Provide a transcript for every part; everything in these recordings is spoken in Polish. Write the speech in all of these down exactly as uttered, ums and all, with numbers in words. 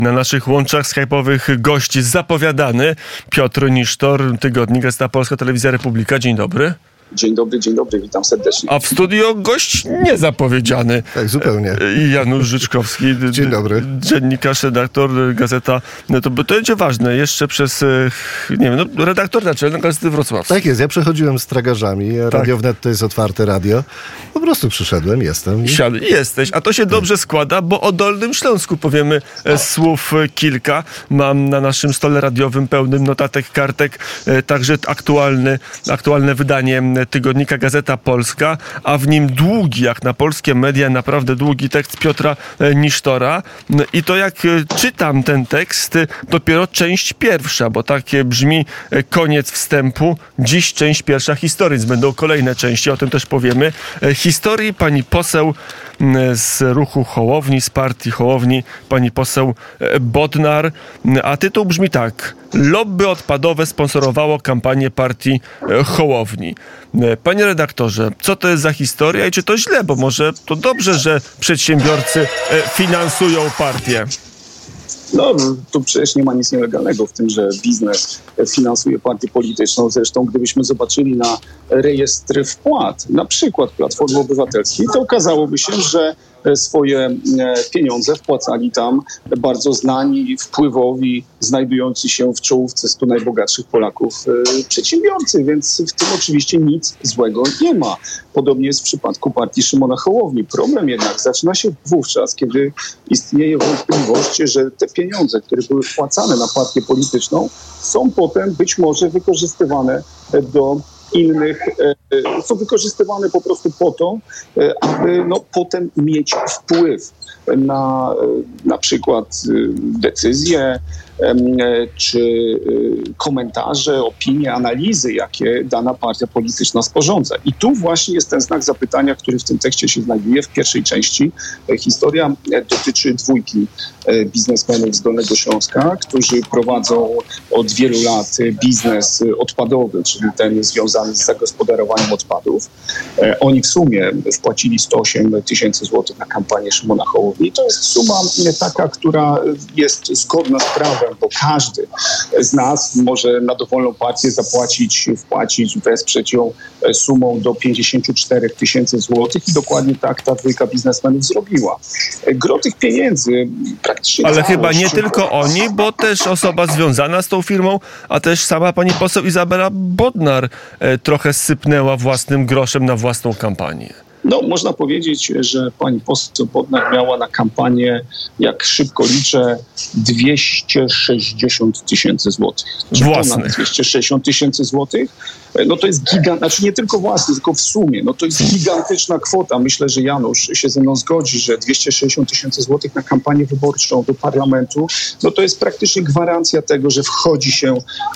Na naszych łączach skype'owych gość zapowiadany Piotr Nisztor, tygodnik Gazeta Polska, Telewizja Republika. Dzień dobry. Dzień dobry, dzień dobry, witam serdecznie. A w studio gość niezapowiedziany. Tak, zupełnie. Janusz Życzkowski. Dzień dobry. Dziennikarz, redaktor Gazeta. No to, to będzie ważne. Jeszcze przez, nie wiem, no, redaktor naczelny Gazety Wrocławskiej. Tak jest, ja przechodziłem z tragarzami. Radio tak. Wnet to jest otwarte radio. Po prostu przyszedłem, jestem. Siad, jesteś, a to się dobrze składa, bo o Dolnym Śląsku powiemy e, słów kilka. Mam na naszym stole radiowym pełnym notatek, kartek, e, także aktualny, aktualne wydanie tygodnika Gazeta Polska, a w nim długi, jak na polskie media, naprawdę długi tekst Piotra Nisztora. I to jak czytam ten tekst, dopiero część pierwsza, bo tak brzmi koniec wstępu. Dziś część pierwsza historii, więc będą kolejne części, o tym też powiemy. Historii pani poseł z ruchu Hołowni, z partii Hołowni, pani poseł Bodnar, a tytuł brzmi tak: lobby odpadowe sponsorowało kampanię partii Hołowni. Panie redaktorze, co to jest za historia i czy to źle, bo może to dobrze, że przedsiębiorcy finansują partię? No, tu przecież nie ma nic nielegalnego w tym, że biznes finansuje partię polityczną. Zresztą gdybyśmy zobaczyli na rejestr wpłat, na przykład Platformy Obywatelskiej, to okazałoby się, że swoje pieniądze wpłacali tam bardzo znani, wpływowi, znajdujący się w czołówce stu najbogatszych Polaków przedsiębiorcy, więc w tym oczywiście nic złego nie ma. Podobnie jest w przypadku partii Szymona Hołowni. Problem jednak zaczyna się wówczas, kiedy istnieje wątpliwość, że te pieniądze, które były wpłacane na partię polityczną, są potem być może wykorzystywane do innych, są wykorzystywane po prostu po to, aby no, potem mieć wpływ na na przykład decyzje czy komentarze, opinie, analizy, jakie dana partia polityczna sporządza. I tu właśnie jest ten znak zapytania, który w tym tekście się znajduje w pierwszej części. Historia dotyczy dwójki biznesmenów z Dolnego Śląska, którzy prowadzą od wielu lat biznes odpadowy, czyli ten związany z zagospodarowaniem odpadów. Oni w sumie wpłacili sto osiem tysięcy złotych na kampanię Szymona Hołowni. I to jest suma taka, która jest zgodna z prawem, bo każdy z nas może na dowolną partię zapłacić, wpłacić, wesprzeć ją sumą do pięćdziesiąt cztery tysięcy złotych i dokładnie tak ta dwójka biznesmenów zrobiła. Gro tych pieniędzy praktycznie... Ale chyba nie tylko oni, bo też osoba związana z tą firmą, a też sama pani poseł Izabela Bodnar e, trochę sypnęła własnym groszem na własną kampanię. No, można powiedzieć, że pani poseł Bodnar miała na kampanię, jak szybko liczę, dwieście sześćdziesiąt tysięcy złotych. Własnych. dwieście sześćdziesiąt tysięcy złotych. No to jest gigant, znaczy nie tylko własny, tylko w sumie. No to jest gigantyczna kwota. Myślę, że Janusz się ze mną zgodzi, że dwieście sześćdziesiąt tysięcy złotych na kampanię wyborczą do parlamentu, no to jest praktycznie gwarancja tego, że wchodzi się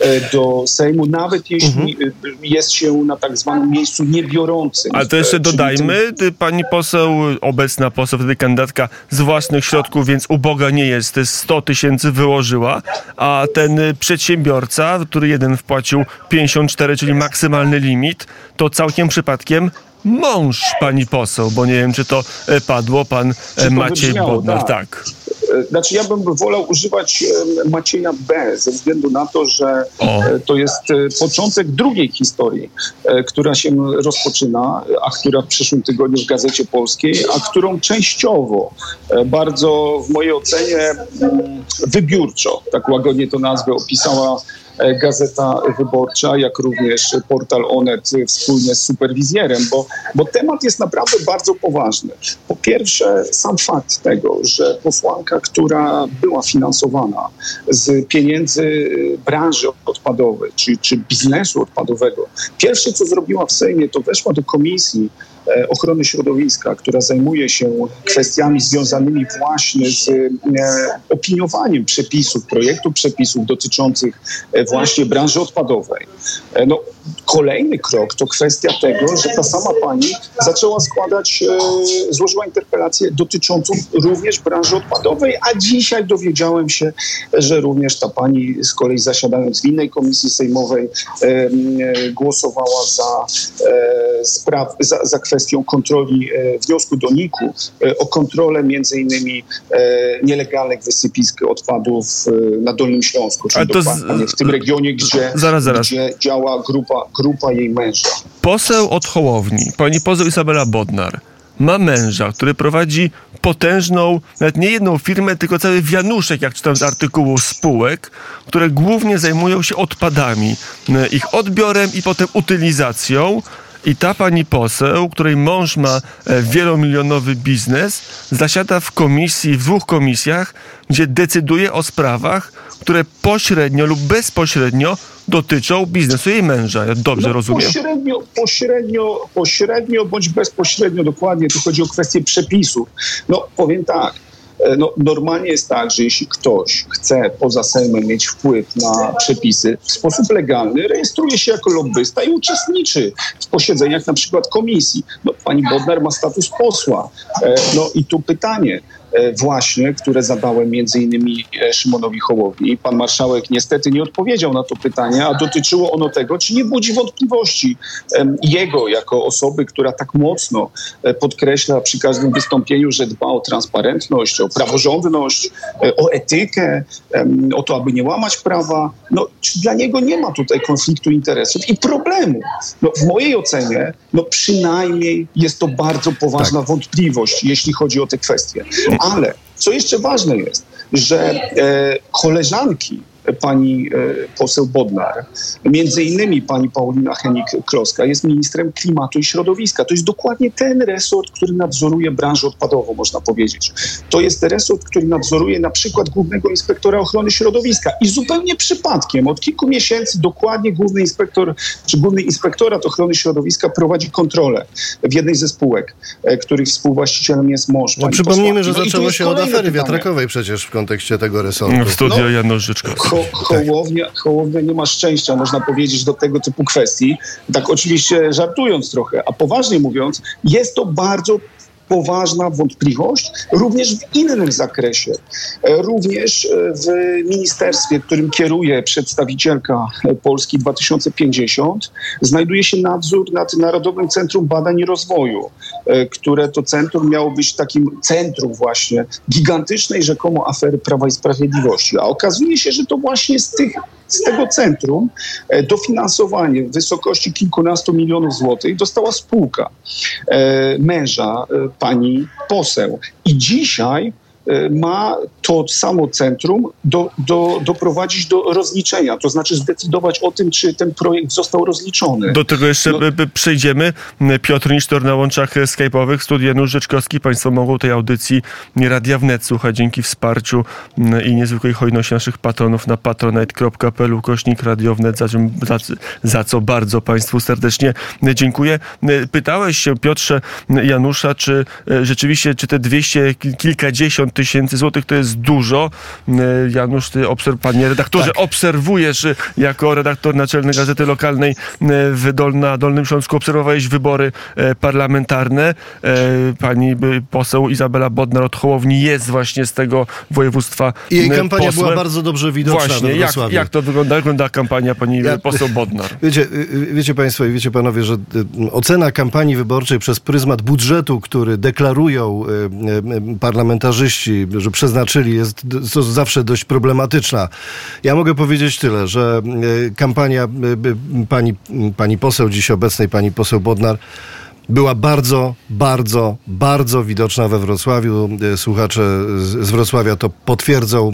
do Sejmu, nawet jeśli mhm. jest się na tak zwanym miejscu niebiorącym. Ale to jeszcze dodajmy, tym... pani poseł, obecna poseł, wtedy kandydatka z własnych środków, więc uboga nie jest. To jest sto tysięcy wyłożyła, a ten przedsiębiorca, który jeden wpłacił pięćdziesiąt cztery, czyli maksymalny limit, to całkiem przypadkiem mąż pani poseł, bo nie wiem, czy to padło, pan to Maciej Bodnar. Tak. tak. Znaczy ja bym wolał używać Macieja B. ze względu na to, że o. to jest początek drugiej historii, która się rozpoczyna, a która w przyszłym tygodniu w Gazecie Polskiej, a którą częściowo, bardzo w mojej ocenie wybiórczo, tak łagodnie to nazwę, opisała Gazeta Wyborcza, jak również portal Onet wspólnie z superwizjerem, bo, bo temat jest naprawdę bardzo poważny. Po pierwsze, sam fakt tego, że posłanka, która była finansowana z pieniędzy branży odpadowej, czy, czy biznesu odpadowego, pierwsze co zrobiła w Sejmie, to weszła do Komisji Ochrony Środowiska, która zajmuje się kwestiami związanymi właśnie z e, opiniowaniem przepisów, projektu przepisów dotyczących e, właśnie branży odpadowej. E, no, Kolejny krok to kwestia tego, że ta sama pani zaczęła składać, e, złożyła interpelację dotyczącą również branży odpadowej, a dzisiaj dowiedziałem się, że również ta pani z kolei zasiadając w innej komisji sejmowej e, e, głosowała za, e, spraw, za, za kwestią kontroli e, wniosku do N I K-u e, o kontrolę między innymi e, nielegalnych wysypisk odpadów e, na Dolnym Śląsku, czyli dokładnie w tym regionie, gdzie, zaraz, zaraz. gdzie działa grupa, grupa jej męża. Poseł od Hołowni, pani poseł Izabela Bodnar, ma męża, który prowadzi potężną, nawet nie jedną firmę, tylko cały wianuszek, jak czytam z artykułu, spółek, które głównie zajmują się odpadami, ich odbiorem i potem utylizacją. I ta pani poseł, której mąż ma wielomilionowy biznes, zasiada w komisji, w dwóch komisjach, gdzie decyduje o sprawach, które pośrednio lub bezpośrednio dotyczą biznesu jej męża. Ja dobrze no, rozumiem? Pośrednio, pośrednio, pośrednio bądź bezpośrednio, dokładnie, tu chodzi o kwestię przepisów. No, powiem tak. No, normalnie jest tak, że jeśli ktoś chce poza Sejmem mieć wpływ na przepisy w sposób legalny, rejestruje się jako lobbysta i uczestniczy w posiedzeniach na przykład komisji. No, pani Bodnar ma status posła. No i tu pytanie właśnie, które zadałem między innymi Szymonowi Hołowni. Pan marszałek niestety nie odpowiedział na to pytanie, a dotyczyło ono tego, czy nie budzi wątpliwości jego jako osoby, która tak mocno podkreśla przy każdym wystąpieniu, że dba o transparentność, o praworządność, o etykę, o to, aby nie łamać prawa. No, czy dla niego nie ma tutaj konfliktu interesów i problemu? No, w mojej ocenie, no przynajmniej jest to bardzo poważna tak. wątpliwość, jeśli chodzi o te kwestie. Ale co jeszcze ważne jest, że e, koleżanki pani e, poseł Bodnar, między innymi pani Paulina Hennig-Kloska jest ministrem klimatu i środowiska. To jest dokładnie ten resort, który nadzoruje branżę odpadową, można powiedzieć. To jest resort, który nadzoruje na przykład Głównego Inspektora Ochrony Środowiska. I zupełnie przypadkiem od kilku miesięcy dokładnie Główny Inspektor, czy Główny Inspektorat Ochrony Środowiska prowadzi kontrolę w jednej ze spółek, e, których współwłaścicielem jest mąż. No, przypomnijmy, posłanki. że zaczęło no się od afery wiatrakowej przecież w kontekście tego resortu. W studio no, Janusz Życzkowski. Ho- Hołownia, Hołownia nie ma szczęścia, można powiedzieć, do tego typu kwestii. Tak oczywiście żartując trochę, a poważnie mówiąc, jest to bardzo poważna wątpliwość, również w innym zakresie. Również w ministerstwie, którym kieruje przedstawicielka Polski dwa tysiące pięćdziesiąt, znajduje się nadzór nad Narodowym Centrum Badań i Rozwoju, które to centrum miało być takim centrum właśnie gigantycznej rzekomo afery Prawa i Sprawiedliwości. A okazuje się, że to właśnie z tych Z tego centrum dofinansowanie w wysokości kilkunastu milionów złotych dostała spółka e, męża e, pani poseł. I dzisiaj e, ma to samo centrum do, do, doprowadzić do rozliczenia, to znaczy zdecydować o tym, czy ten projekt został rozliczony. Do tego jeszcze no. przejdziemy. Piotr Nisztor na łączach skype'owych, studio Janusz Życzkowski. Państwo mogą tej audycji Radia Wnet słuchać dzięki wsparciu i niezwykłej hojności naszych patronów na patronite kropka p l ukośnik Radio Wnet, za, za, za co bardzo Państwu serdecznie dziękuję. Pytałeś się, Piotrze, Janusza, czy rzeczywiście, czy te dwieście kilkadziesiąt tysięcy złotych to jest dużo. Janusz, ty, obserw, panie redaktorze, tak. obserwujesz jako redaktor naczelny Gazety Lokalnej w Dol, na Dolnym Śląsku, obserwowałeś wybory parlamentarne. Pani poseł Izabela Bodnar od Hołowni jest właśnie z tego województwa I jej kampania posłem. była bardzo dobrze widoczna. Właśnie, jak, jak to wygląda, wygląda kampania pani ja, poseł Bodnar? Wiecie, wiecie Państwo i wiecie Panowie, że ocena kampanii wyborczej przez pryzmat budżetu, który deklarują parlamentarzyści, że przeznaczyli, jest to zawsze dość problematyczna. Ja mogę powiedzieć tyle, że kampania pani, pani poseł, dziś obecnej pani poseł Bodnar, była bardzo, bardzo, bardzo widoczna we Wrocławiu. Słuchacze z Wrocławia to potwierdzą.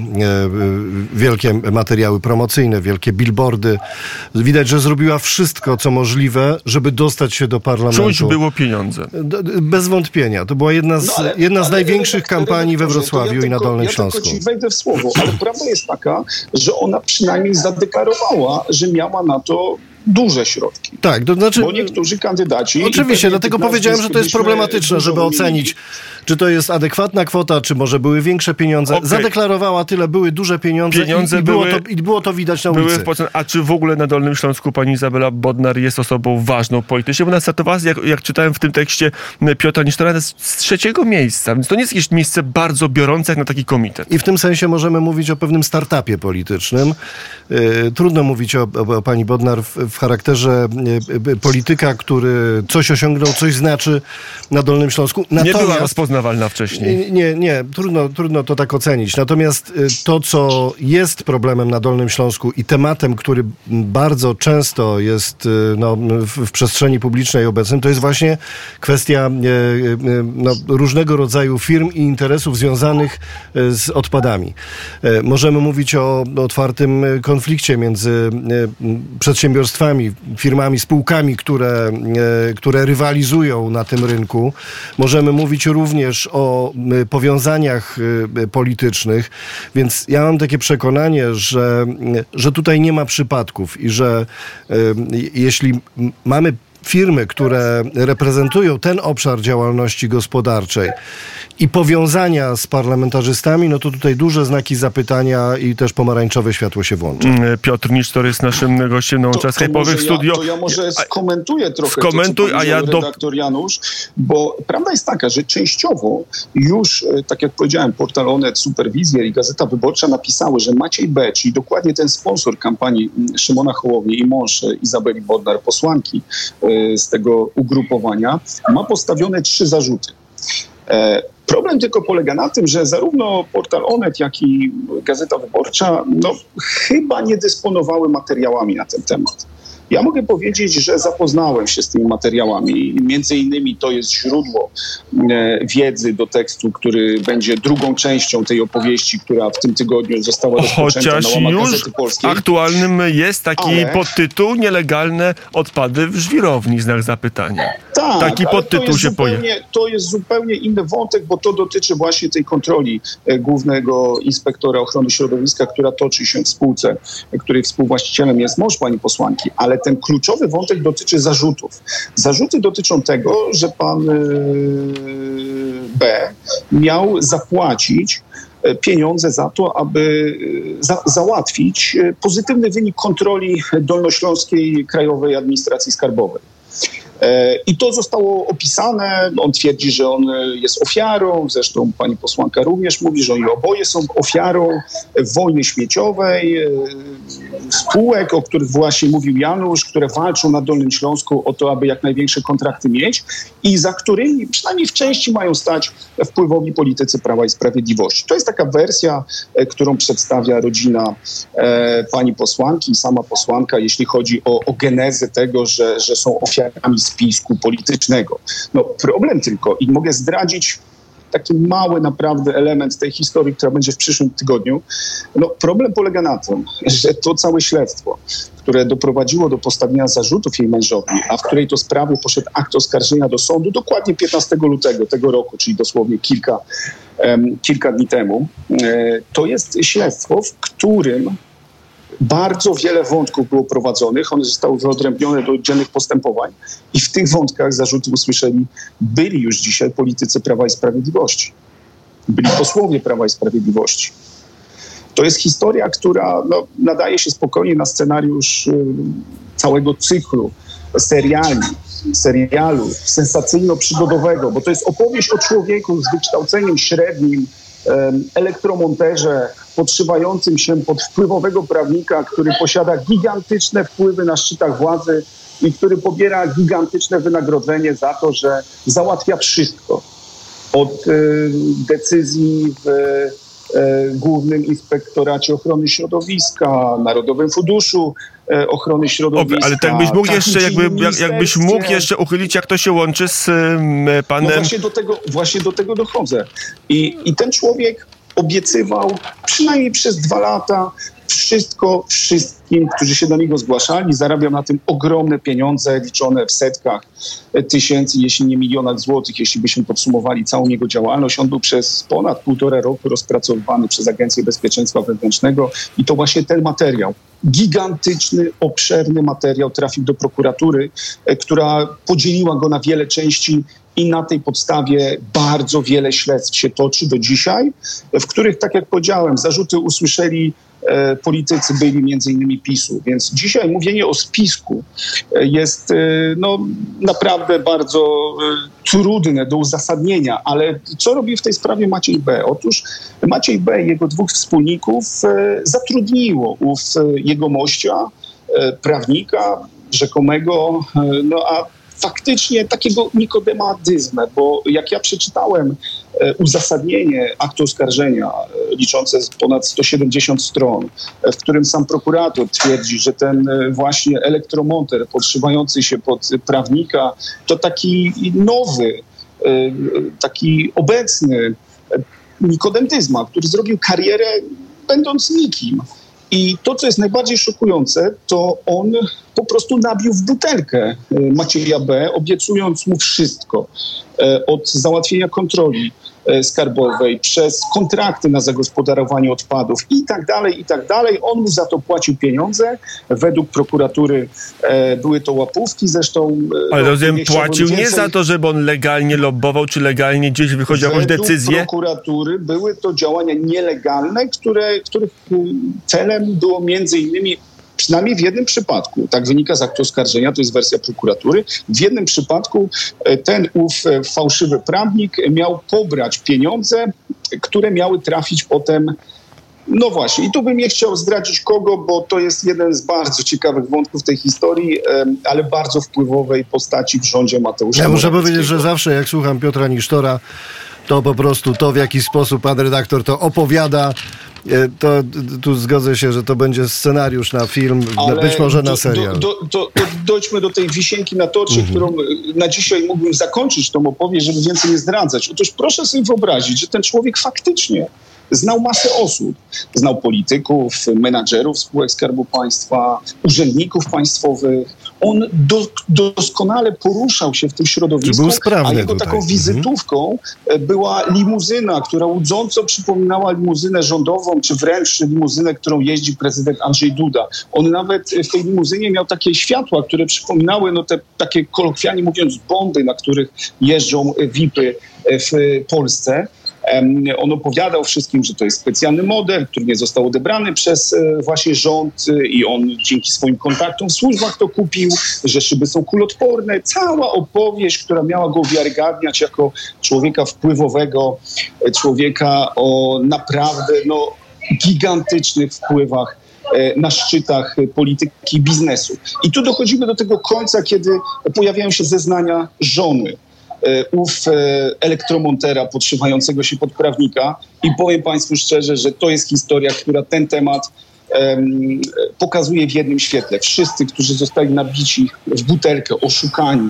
Wielkie materiały promocyjne, wielkie billboardy. Widać, że zrobiła wszystko, co możliwe, żeby dostać się do parlamentu. Czuć było pieniądze. Bez wątpienia. To była jedna z, no ale, jedna z ale największych kampanii we Wrocławiu ja i na Dolnym ja Śląsku. Ja tylko ci wejdę w słowo, ale prawda jest taka, że ona przynajmniej zadeklarowała, że miała na to duże środki. Tak, to znaczy... Bo niektórzy kandydaci... Oczywiście, dlatego powiedziałem, że to jest problematyczne, żeby ocenić, Czy to jest adekwatna kwota, czy może były większe pieniądze? Okay. Zadeklarowała tyle, były duże pieniądze, pieniądze i, i, było były, to, i było to widać na ulicy. Były, a czy w ogóle na Dolnym Śląsku pani Izabela Bodnar jest osobą ważną politycznie? Bo ona startowała, jak, jak czytałem w tym tekście Piotra Nisztora, z trzeciego miejsca, więc to nie jest jakieś miejsce bardzo biorące jak na taki komitet. I w tym sensie możemy mówić o pewnym startupie politycznym. Yy, trudno mówić o, o, o pani Bodnar w, w charakterze yy, polityka, który coś osiągnął, coś znaczy na Dolnym Śląsku. Natomiast, nie była rozpoznawalna wcześniej. Nie, nie, nie trudno, trudno to tak ocenić. Natomiast yy, to, co jest problemem na Dolnym Śląsku i tematem, który bardzo często jest yy, no, w, w przestrzeni publicznej obecnym, to jest właśnie kwestia yy, yy, no, różnego rodzaju firm i interesów związanych yy, z odpadami. Yy, możemy mówić o otwartym konflikcie między przedsiębiorstwami, firmami, spółkami, które, które rywalizują na tym rynku. Możemy mówić również o powiązaniach politycznych, więc ja mam takie przekonanie, że, że tutaj nie ma przypadków i że jeśli mamy firmy, które reprezentują ten obszar działalności gospodarczej i powiązania z parlamentarzystami, no to tutaj duże znaki zapytania i też pomarańczowe światło się włącza. Piotr Nisztor jest naszym gościem na Łączach Skype'owych w studio. Ja, to ja może skomentuję trochę Skomentuj, to, co a ja do... redaktor Janusz, bo prawda jest taka, że częściowo już, tak jak powiedziałem, portal Onet, Superwizjer i Gazeta Wyborcza napisały, że Maciej B., czyli dokładnie ten sponsor kampanii Szymona Hołowni i mąż Izabeli Bodnar, posłanki z tego ugrupowania, ma postawione trzy zarzuty. Problem tylko polega na tym, że zarówno portal Onet, jak i Gazeta Wyborcza no, chyba nie dysponowały materiałami na ten temat. Ja mogę powiedzieć, że zapoznałem się z tymi materiałami. Między innymi to jest źródło e, wiedzy do tekstu, który będzie drugą częścią tej opowieści, która w tym tygodniu została rozpoczęta na łamach Gazety Polskiej. Chociaż aktualnym jest taki ale... podtytuł Nielegalne odpady w żwirowni, znak zapytania. Tak, taki podtytuł się pojawia. To jest zupełnie inny wątek, bo to dotyczy właśnie tej kontroli e, głównego inspektora ochrony środowiska, która toczy się w spółce, której współwłaścicielem jest mąż pani posłanki, ale ten kluczowy wątek dotyczy zarzutów. Zarzuty dotyczą tego, że pan B. miał zapłacić pieniądze za to, aby za, załatwić pozytywny wynik kontroli Dolnośląskiej Krajowej Administracji Skarbowej. I to zostało opisane. On twierdzi, że on jest ofiarą. Zresztą pani posłanka również mówi, że oni oboje są ofiarą wojny śmieciowej, spółek, o których właśnie mówił Janusz, które walczą na Dolnym Śląsku o to, aby jak największe kontrakty mieć i za którymi przynajmniej w części mają stać wpływowi politycy Prawa i Sprawiedliwości. To jest taka wersja, którą przedstawia rodzina e, pani posłanki i sama posłanka, jeśli chodzi o, o genezę tego, że, że są ofiarami spisku politycznego. No problem tylko, i mogę zdradzić taki mały naprawdę element tej historii, która będzie w przyszłym tygodniu. No problem polega na tym, że to całe śledztwo, które doprowadziło do postawienia zarzutów jej mężowi, a w której to sprawie poszedł akt oskarżenia do sądu dokładnie piętnastego lutego tego roku, czyli dosłownie kilka, um, kilka dni temu, e, to jest śledztwo, w którym bardzo wiele wątków było prowadzonych, one zostały wyodrębnione do oddzielnych postępowań i w tych wątkach zarzuty usłyszeli byli już dzisiaj politycy Prawa i Sprawiedliwości. Byli posłowie Prawa i Sprawiedliwości. To jest historia, która no, nadaje się spokojnie na scenariusz y, całego cyklu seriali, serialu sensacyjno-przygodowego, bo to jest opowieść o człowieku z wykształceniem średnim, elektromonterze podszywającym się pod wpływowego prawnika, który posiada gigantyczne wpływy na szczytach władzy i który pobiera gigantyczne wynagrodzenie za to, że załatwia wszystko. Od y, decyzji w y, Głównym Inspektoracie Ochrony Środowiska, Narodowym Funduszu y, Ochrony Środowiska. Okay, ale tak byś mógł jeszcze, jakby, jak, jakbyś mógł jeszcze uchylić, jak to się łączy z y, panem... No właśnie do tego, właśnie do tego dochodzę. I, I ten człowiek obiecywał przynajmniej przez dwa lata wszystko wszystkim, którzy się do niego zgłaszali. Zarabiał na tym ogromne pieniądze, liczone w setkach tysięcy, jeśli nie milionach złotych, jeśli byśmy podsumowali całą jego działalność. On był przez ponad półtora roku rozpracowywany przez Agencję Bezpieczeństwa Wewnętrznego i to właśnie ten materiał, gigantyczny, obszerny materiał trafił do prokuratury, która podzieliła go na wiele części i na tej podstawie bardzo wiele śledztw się toczy do dzisiaj, w których, tak jak powiedziałem, zarzuty usłyszeli e, politycy byli między innymi PiSu. Więc dzisiaj mówienie o spisku e, jest e, no, naprawdę bardzo e, trudne do uzasadnienia. Ale co robi w tej sprawie Maciej B? Otóż Maciej B. i jego dwóch wspólników e, zatrudniło ów e, jegomościa, e, prawnika rzekomego, e, no a faktycznie takiego nikodemadyzmu, bo jak ja przeczytałem e, uzasadnienie aktu oskarżenia e, liczące ponad sto siedemdziesiąt stron, e, w którym sam prokurator twierdzi, że ten e, właśnie elektromonter podszywający się pod prawnika to taki nowy, e, taki obecny e, Nikodem Dyzma, który zrobił karierę będąc nikim. I to, co jest najbardziej szokujące, to on po prostu nabił w butelkę Macieja B., obiecując mu wszystko. Od załatwienia kontroli skarbowej, przez kontrakty na zagospodarowanie odpadów i tak dalej, i tak dalej. On mu za to płacił pieniądze. Według prokuratury e, były to łapówki, zresztą... Ale no, rozumiem, nie płacił więcej... nie za to, żeby on legalnie lobbował, czy legalnie gdzieś wychodził jakąś decyzję? Według prokuratury były to działania nielegalne, które, których celem było między innymi, przynajmniej w jednym przypadku, tak wynika z aktu oskarżenia, to jest wersja prokuratury, w jednym przypadku ten ów fałszywy prawnik miał pobrać pieniądze, które miały trafić potem, no właśnie, i tu bym nie chciał zdradzić kogo, bo to jest jeden z bardzo ciekawych wątków tej historii, ale bardzo wpływowej postaci w rządzie Mateusza Ja muszę Morawieckiego. powiedzieć, że zawsze jak słucham Piotra Nisztora, to po prostu to, w jaki sposób pan redaktor to opowiada, to tu zgodzę się, że to będzie scenariusz na film, Ale być może na do, serial. Do, do, do, do, dojdźmy do tej wisienki na torcie, mhm. którą na dzisiaj mógłbym zakończyć tą opowieść, żeby więcej nie zdradzać. Otóż proszę sobie wyobrazić, że ten człowiek faktycznie znał masę osób. Znał polityków, menadżerów spółek Skarbu Państwa, urzędników państwowych. On do, doskonale poruszał się w tym środowisku, był sprawny a jego tutaj. taką wizytówką mhm. była limuzyna, która łudząco przypominała limuzynę rządową, czy wręcz limuzynę, którą jeździ prezydent Andrzej Duda. On nawet w tej limuzynie miał takie światła, które przypominały no, te takie kolokwialnie mówiąc bomby, na których jeżdżą V I P-y w Polsce. On opowiadał wszystkim, że to jest specjalny model, który nie został odebrany przez właśnie rząd i on dzięki swoim kontaktom w służbach to kupił, że szyby są kulotporne. Cała opowieść, która miała go uwiarygadniać jako człowieka wpływowego, człowieka o naprawdę no, gigantycznych wpływach na szczytach polityki i biznesu. I tu dochodzimy do tego końca, kiedy pojawiają się zeznania żony ów elektromontera podszywającego się pod prawnika i powiem państwu szczerze, że to jest historia, która ten temat um, pokazuje w jednym świetle. Wszyscy, którzy zostali nabici w butelkę, oszukani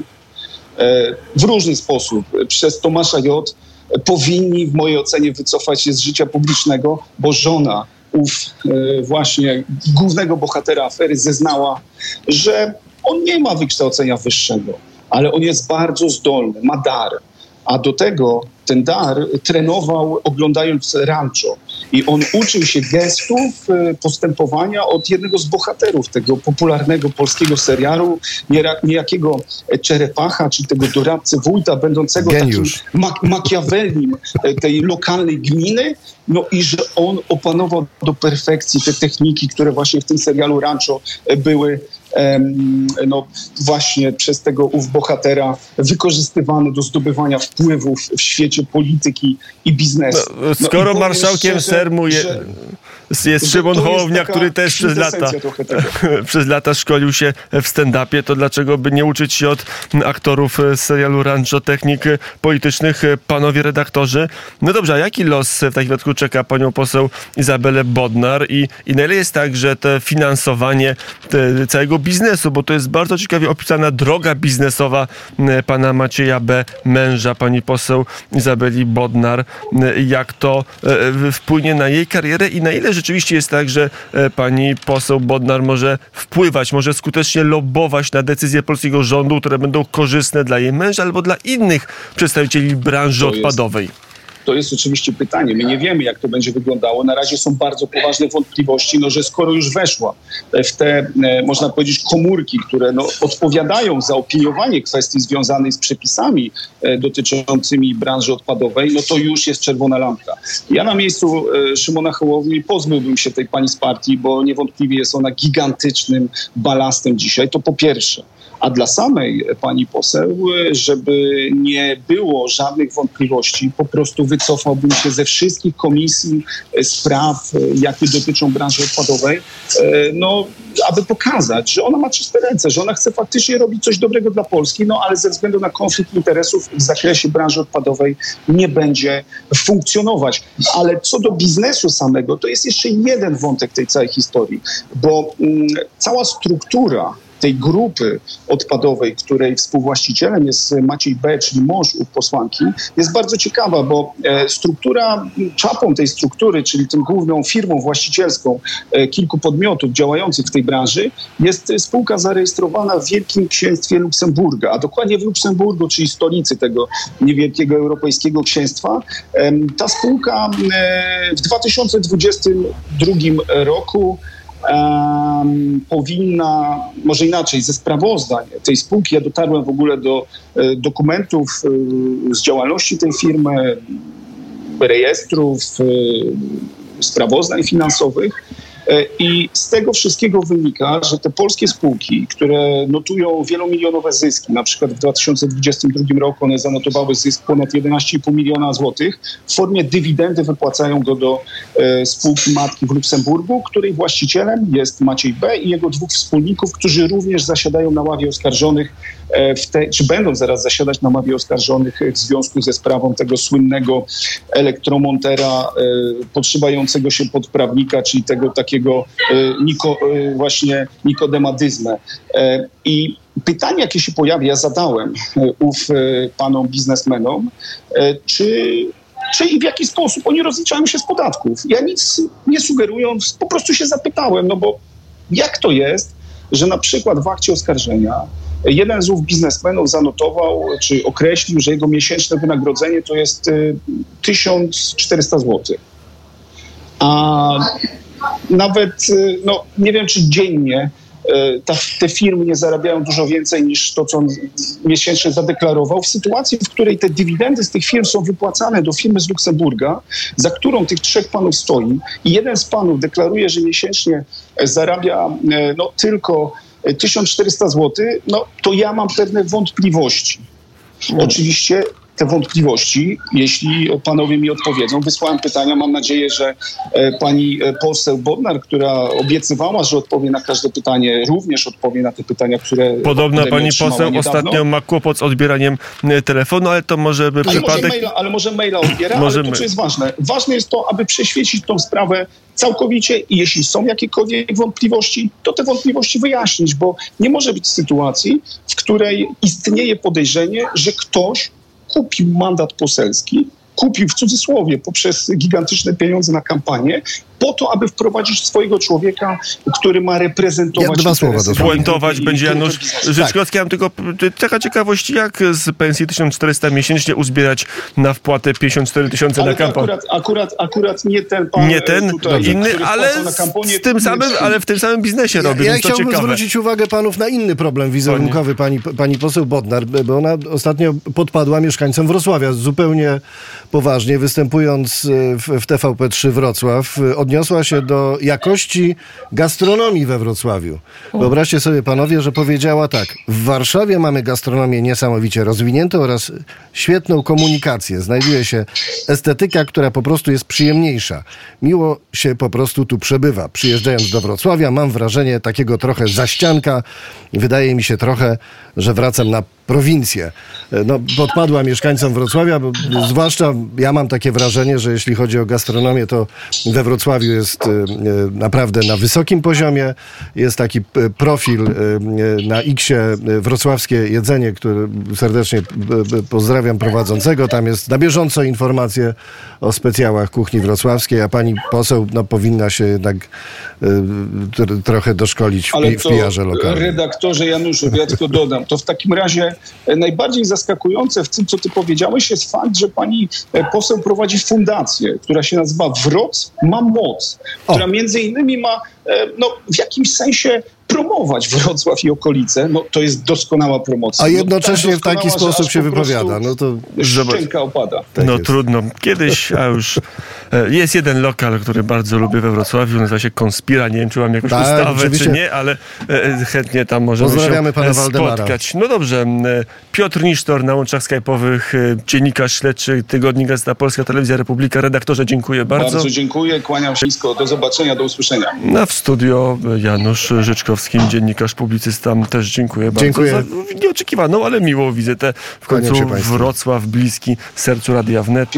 e, w różny sposób przez Tomasza J., powinni w mojej ocenie wycofać się z życia publicznego, bo żona ów e, właśnie głównego bohatera afery zeznała, że on nie ma wykształcenia wyższego, ale on jest bardzo zdolny, ma dar. A do tego ten dar trenował oglądając Rancho. I on uczył się gestów, postępowania od jednego z bohaterów tego popularnego polskiego serialu, niejakiego Czerepacha, czy tego doradcy wójta, będącego Geniusz. takim mak- makiawellim tej lokalnej gminy. No i że on opanował do perfekcji te techniki, które właśnie w tym serialu Rancho były no właśnie przez tego ów bohatera wykorzystywany do zdobywania wpływów w świecie polityki i biznesu. No, skoro no marszałkiem szczerze, Sejmu je, że, jest Szymon że Hołownia, który też przez lata, przez lata szkolił się w stand-upie, to dlaczego by nie uczyć się od aktorów z serialu Rancho technik politycznych, panowie redaktorzy? No dobrze, a jaki los w takim wypadku czeka panią poseł Izabelę Bodnar i, i na ile jest tak, że to finansowanie te, całego biznesu, bo to jest bardzo ciekawie opisana droga biznesowa pana Macieja B., męża pani poseł Izabeli Bodnar, jak to wpłynie na jej karierę i na ile rzeczywiście jest tak, że pani poseł Bodnar może wpływać, może skutecznie lobbować na decyzje polskiego rządu, które będą korzystne dla jej męża albo dla innych przedstawicieli branży to jest, odpadowej. To jest oczywiście pytanie. My nie wiemy, jak to będzie wyglądało. Na razie są bardzo poważne wątpliwości, no, że skoro już weszła w te, można powiedzieć, komórki, które no, odpowiadają za opiniowanie kwestii związanych z przepisami dotyczącymi branży odpadowej, no to już jest czerwona lampka. Ja na miejscu Szymona Hołowni pozbyłbym się tej pani z partii, bo niewątpliwie jest ona gigantycznym balastem dzisiaj. To po pierwsze. A dla samej pani poseł, żeby nie było żadnych wątpliwości, po prostu wycofałbym się ze wszystkich komisji spraw, jakie dotyczą branży odpadowej, no, aby pokazać, że ona ma czyste ręce, że ona chce faktycznie robić coś dobrego dla Polski, no ale ze względu na konflikt interesów w zakresie branży odpadowej nie będzie funkcjonować. Ale co do biznesu samego, to jest jeszcze jeden wątek tej całej historii, bo mm, cała struktura tej grupy odpadowej, której współwłaścicielem jest Maciej B., czyli mąż u posłanki, jest bardzo ciekawa, bo struktura, czapą tej struktury, czyli tym główną firmą właścicielską kilku podmiotów działających w tej branży, jest spółka zarejestrowana w Wielkim Księstwie Luksemburga, a dokładnie w Luksemburgu, czyli stolicy tego niewielkiego europejskiego księstwa. Ta spółka w dwa tysiące dwudziestym drugim roku Um, powinna, może inaczej, ze sprawozdań tej spółki, ja dotarłem w ogóle do e, dokumentów e, z działalności tej firmy, rejestrów, e, sprawozdań finansowych e, i z tego wszystkiego wynika, że te polskie spółki, które notują wielomilionowe zyski, na przykład w dwa tysiące dwudziestym drugim roku one zanotowały zysk ponad jedenaście i pół miliona złotych, w formie dywidendy wypłacają go do e, spółki matki w Luksemburgu, której właścicielem jest Maciej B. i jego dwóch wspólników, którzy również zasiadają na ławie oskarżonych, e, w te, czy będą zaraz zasiadać na ławie oskarżonych w związku ze sprawą tego słynnego elektromontera e, podszywającego się pod prawnika, czyli tego takiego e, Niko, e, właśnie Nikodema Dyzmę. E, I pytanie, jakie się pojawia, ja zadałem e, ów e, panom biznesmenom, e, czy czy i w jaki sposób oni rozliczają się z podatków. Ja nic nie sugerując, po prostu się zapytałem, no bo jak to jest, że na przykład w akcie oskarżenia jeden z ów biznesmenów zanotował, czy określił, że jego miesięczne wynagrodzenie to jest y, tysiąc czterysta złotych. A nawet, y, no nie wiem, czy dziennie Ta, te firmy nie zarabiają dużo więcej niż to, co on miesięcznie zadeklarował, w sytuacji, w której te dywidendy z tych firm są wypłacane do firmy z Luksemburga, za którą tych trzech panów stoi i jeden z panów deklaruje, że miesięcznie zarabia no, tylko tysiąc czterysta złotych, no to ja mam pewne wątpliwości. Hmm. Oczywiście te wątpliwości, jeśli panowie mi odpowiedzą. Wysłałem pytania, mam nadzieję, że e, pani poseł Bodnar, która obiecywała, że odpowie na każde pytanie, również odpowie na te pytania, które... Podobna pani poseł niedawno. Ostatnio ma kłopot z odbieraniem telefonu, ale to może by ale przypadek... Może maila, ale może maila odbiera, może ale to, co jest ważne. Ważne jest to, aby przeświecić tą sprawę całkowicie i jeśli są jakiekolwiek wątpliwości, to te wątpliwości wyjaśnić, bo nie może być sytuacji, w której istnieje podejrzenie, że ktoś kupił mandat poselski, kupił w cudzysłowie poprzez gigantyczne pieniądze na kampanię, po to, aby wprowadzić swojego człowieka, który ma reprezentować... Ja dwa słowa do Puentować będzie Janusz Rzeczkowski. Ja mam tylko taka ciekawość, jak z pensji tysiąc czterysta miesięcznie uzbierać na wpłatę pięćdziesiąt cztery tysiące na kampanię. Akurat, akurat, akurat nie ten pan... Nie ten, tutaj, inny, ale na kampanię, z tym samym, ale w tym samym biznesie robi, Ja, ja więc to chciałbym ciekawe. zwrócić uwagę panów na inny problem wizerunkowy pani, pani poseł Bodnar, bo ona ostatnio podpadła mieszkańcom Wrocławia zupełnie poważnie, występując w, w T V P trzy Wrocław, odniosła się do jakości gastronomii we Wrocławiu. Wyobraźcie sobie, panowie, że powiedziała tak: w Warszawie mamy gastronomię niesamowicie rozwiniętą oraz świetną komunikację. Znajduje się estetyka, która po prostu jest przyjemniejsza. Miło się po prostu tu przebywa. Przyjeżdżając do Wrocławia, mam wrażenie takiego trochę zaścianka. Wydaje mi się trochę, że wracam na prowincję. No, podpadła mieszkańcom Wrocławia, bo zwłaszcza ja mam takie wrażenie, że jeśli chodzi o gastronomię, to we Wrocławiu jest naprawdę na wysokim poziomie. Jest taki profil na X-ie Wrocławskie Jedzenie, który serdecznie pozdrawiam prowadzącego. Tam jest na bieżąco informacje o specjałach kuchni wrocławskiej, a pani poseł no, powinna się jednak trochę doszkolić w, Ale w P R ze lokalnym. Redaktorze Januszu, ja tylko dodam, to w takim razie e, najbardziej zaskakujące w tym, co ty powiedziałeś, jest fakt, że pani e, poseł prowadzi fundację, która się nazywa Wroc ma moc, O. która między innymi ma e, no, w jakimś sensie promować Wrocław i okolice. No to jest doskonała promocja. A No, jednocześnie tak w taki doskonała, że sposób aż się po prostu wypowiada. No to szczęka opada. tak no jest. trudno. Kiedyś, a już e, jest jeden lokal, który bardzo lubię we Wrocławiu, nazywa się Konspira. Nie wiem, czy mam jakąś Tak, ustawę, oczywiście. czy nie, ale e, chętnie tam możemy Pozdrawiamy się pana e, Waldemara. spotkać. No dobrze. e, Piotr Nisztor na łączach skype'owych, e, dziennikarz śledczy, Tygodnik Gazeta Polska, Telewizja Republika. Redaktorze, dziękuję bardzo. Bardzo dziękuję, kłaniam się nisko. Do zobaczenia, do usłyszenia. Na w studio Janusz Życzkowski, dziennikarz, publicysta. Też dziękuję bardzo Dziękuję. za nieoczekiwaną, ale miłą wizytę. W Kłaniam końcu się państwu. Wrocław bliski sercu Radia Wnet.